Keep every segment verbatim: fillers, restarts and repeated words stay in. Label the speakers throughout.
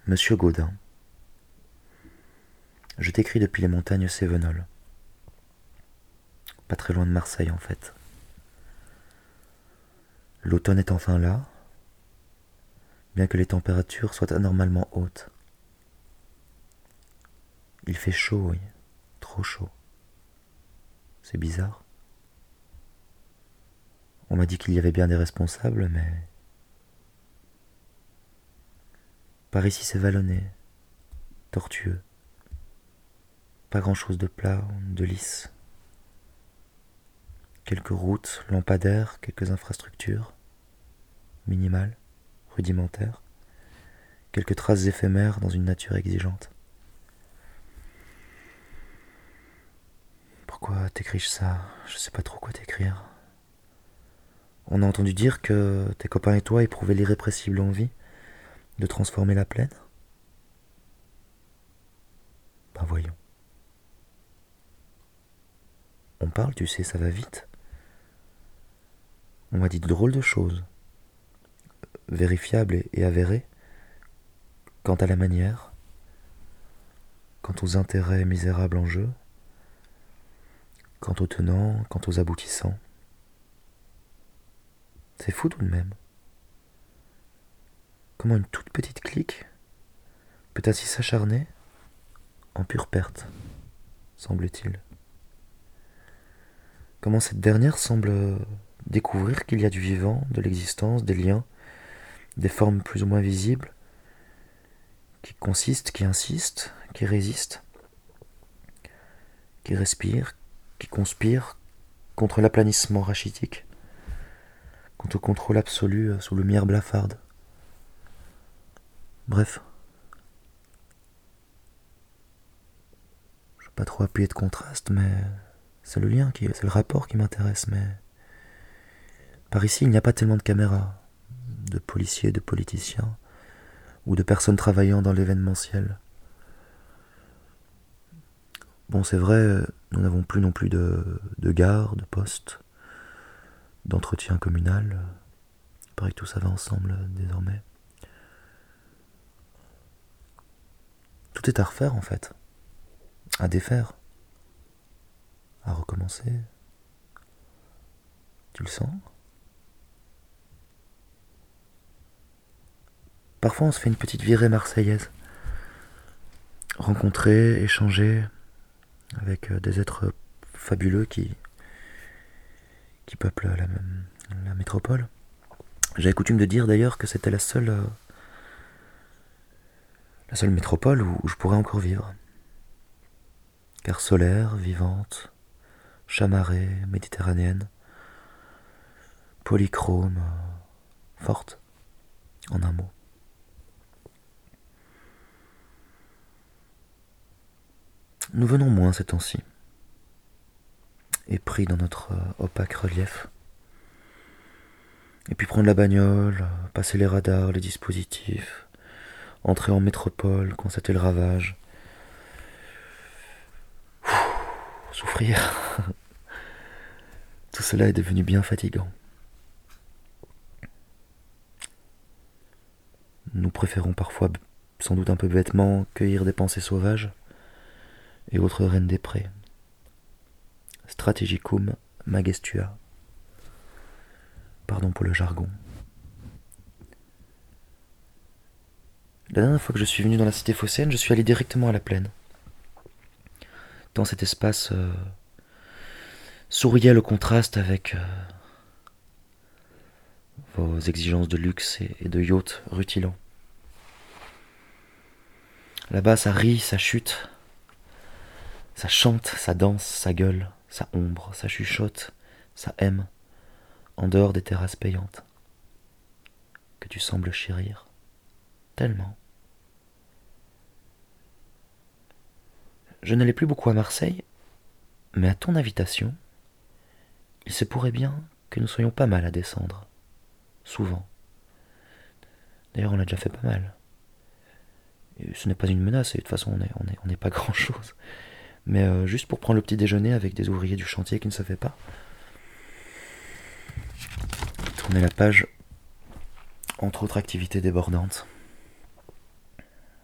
Speaker 1: Monsieur Gaudin, je t'écris depuis les montagnes Cévenols. Pas très loin de Marseille en fait. L'automne est enfin là, bien que les températures soient anormalement hautes. Il fait chaud, oui, trop chaud. C'est bizarre. On m'a dit qu'il y avait bien des responsables, mais... Par ici c'est vallonné, tortueux. Pas grand-chose de plat, de lisse. Quelques routes, lampadaires, quelques infrastructures, minimales, rudimentaires, quelques traces éphémères dans une nature exigeante. Pourquoi t'écris-je ça? Je sais pas trop quoi t'écrire. On a entendu dire que tes copains et toi éprouvaient l'irrépressible envie de transformer la plaine. Ben voyons. On parle, tu sais, ça va vite. On m'a dit de drôles de choses, vérifiables et avérées, quant à la manière, quant aux intérêts misérables en jeu, quant aux tenants, quant aux aboutissants. C'est fou tout de même. Comment une toute petite clique peut ainsi s'acharner en pure perte, semble-t-il. Comment cette dernière semble découvrir qu'il y a du vivant, de l'existence, des liens, des formes plus ou moins visibles, qui consistent, qui insistent, qui résistent, qui respirent, qui conspirent contre l'aplanissement rachitique, contre le contrôle absolu sous le lumière blafarde. Bref. Je ne veux pas trop appuyer de contraste, mais c'est le lien, qui, c'est le rapport qui m'intéresse, mais... Par ici, il n'y a pas tellement de caméras, de policiers, de politiciens, ou de personnes travaillant dans l'événementiel. Bon, c'est vrai, nous n'avons plus non plus de, de gare, de poste, d'entretien communal. Il paraît que tout ça va ensemble désormais. Tout est à refaire en fait, à défaire, à recommencer. Tu le sens? Parfois on se fait une petite virée marseillaise. Rencontrer, échanger avec des êtres fabuleux qui, qui peuplent la, la métropole. J'avais coutume de dire d'ailleurs que c'était la seule, euh, la seule métropole où, où je pourrais encore vivre. Car solaire, vivante, chamarrée, méditerranéenne, polychrome, euh, forte, en un mot. Nous venons moins ces temps-ci, et pris dans notre euh, opaque relief. Et puis prendre la bagnole, passer les radars, les dispositifs, entrer en métropole, constater le ravage. Ouh, souffrir. Tout cela est devenu bien fatigant. Nous préférons parfois, sans doute un peu bêtement, cueillir des pensées sauvages et autres reines des prés. Strategicum magestua. Pardon pour le jargon. La dernière fois que je suis venu dans la cité phocéenne, je suis allé directement à la plaine. Dans cet espace euh, souriait le contraste avec euh, vos exigences de luxe et, et de yacht rutilant. Là-bas, ça rit, ça chute, ça chante, ça danse, ça gueule, ça ombre, ça chuchote, ça aime, en dehors des terrasses payantes, que tu sembles chérir, tellement. Je n'allais plus beaucoup à Marseille, mais à ton invitation, il se pourrait bien que nous soyons pas mal à descendre, souvent. D'ailleurs, on a déjà fait pas mal. Et ce n'est pas une menace, et de toute façon, on n'est on est, on est pas grand-chose. Mais euh, juste pour prendre le petit déjeuner avec des ouvriers du chantier qui ne savaient pas. Tourner la page, entre autres activités débordantes.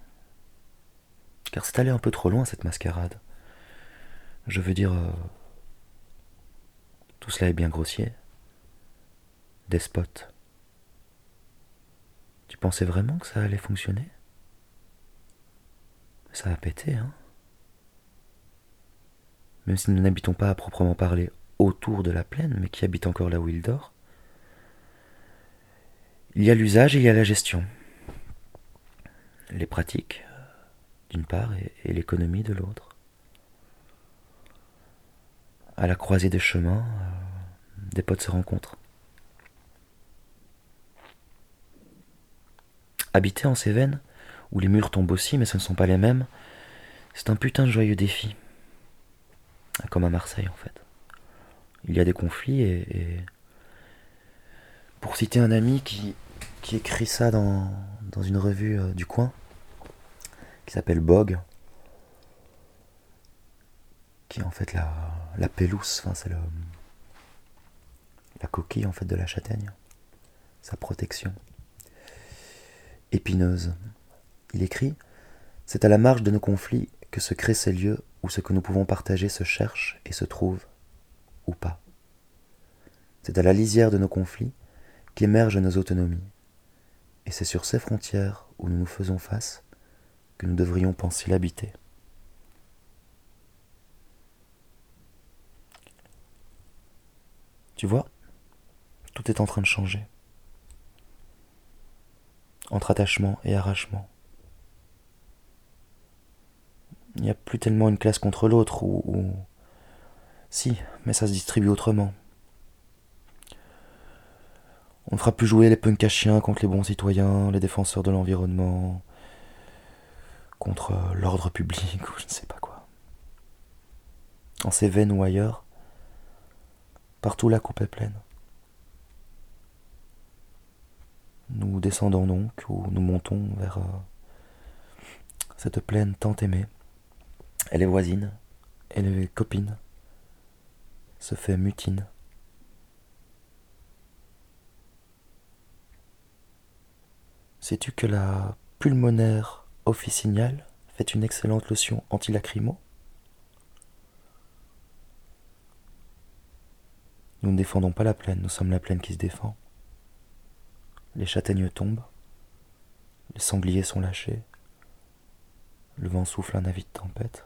Speaker 1: car c'est allé un peu trop loin cette mascarade. Je veux dire, euh, tout cela est bien grossier. Despote. Tu pensais vraiment que ça allait fonctionner? Ça a pété, hein? Même si nous n'habitons pas à proprement parler autour de la plaine, mais qui habite encore là où il dort, il y a l'usage et il y a la gestion. Les pratiques, d'une part, et, et l'économie de l'autre. À la croisée des chemins, euh, des potes se rencontrent. Habiter en Cévennes, où les murs tombent aussi, mais ce ne sont pas les mêmes, c'est un putain de joyeux défi. Comme à Marseille, en fait. Il y a des conflits et, et pour citer un ami qui, qui écrit ça dans, dans une revue euh, du coin, qui s'appelle Bog, qui est en fait la, la pélouse, enfin c'est le, la coquille en fait de la châtaigne, sa protection. Épineuse. Il écrit: c'est à la marge de nos conflits que se créent ces lieux où ce que nous pouvons partager se cherche et se trouve, ou pas. C'est à la lisière de nos conflits qu'émergent nos autonomies. Et c'est sur ces frontières où nous nous faisons face que nous devrions penser l'habiter. Tu vois, tout est en train de changer. Entre attachement et arrachement. Il n'y a plus tellement une classe contre l'autre, ou, ou... Si, mais ça se distribue autrement. On ne fera plus jouer les punks à chiens contre les bons citoyens, les défenseurs de l'environnement, contre l'ordre public, ou je ne sais pas quoi. En Cévennes ou ailleurs, partout la coupe est pleine. Nous descendons donc, ou nous montons vers euh, cette plaine tant aimée. Elle est voisine, elle est copine, se fait mutine. Sais-tu que la pulmonaire officinale fait une excellente lotion anti-lacrymo? Nous ne défendons pas la plaine, nous sommes la plaine qui se défend. Les châtaignes tombent, les sangliers sont lâchés, le vent souffle un avis de tempête.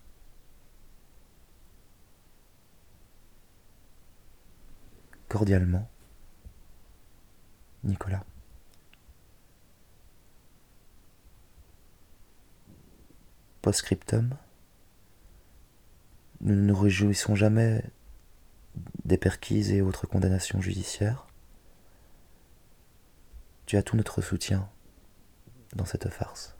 Speaker 1: Cordialement, Nicolas. Post-scriptum, nous ne nous réjouissons jamais des perquises et autres condamnations judiciaires. Tu as tout notre soutien dans cette farce.